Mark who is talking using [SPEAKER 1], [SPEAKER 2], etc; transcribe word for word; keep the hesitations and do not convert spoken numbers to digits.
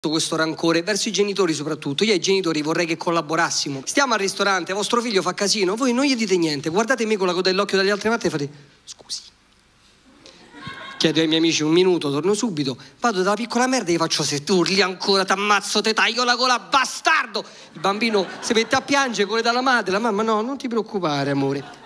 [SPEAKER 1] questo rancore verso i genitori soprattutto. Io ai genitori vorrei che collaborassimo. Stiamo al ristorante, vostro figlio fa casino, voi non gli dite niente, guardate me con la coda dell'occhio dalle altre parti e fate scusi. Chiedo ai miei amici un minuto, torno subito, vado dalla piccola merda e gli faccio se tu urli ancora t'ammazzo, te taglio la gola, bastardo! Il bambino si mette a piangere, corre dalla madre, la mamma no, non ti preoccupare amore.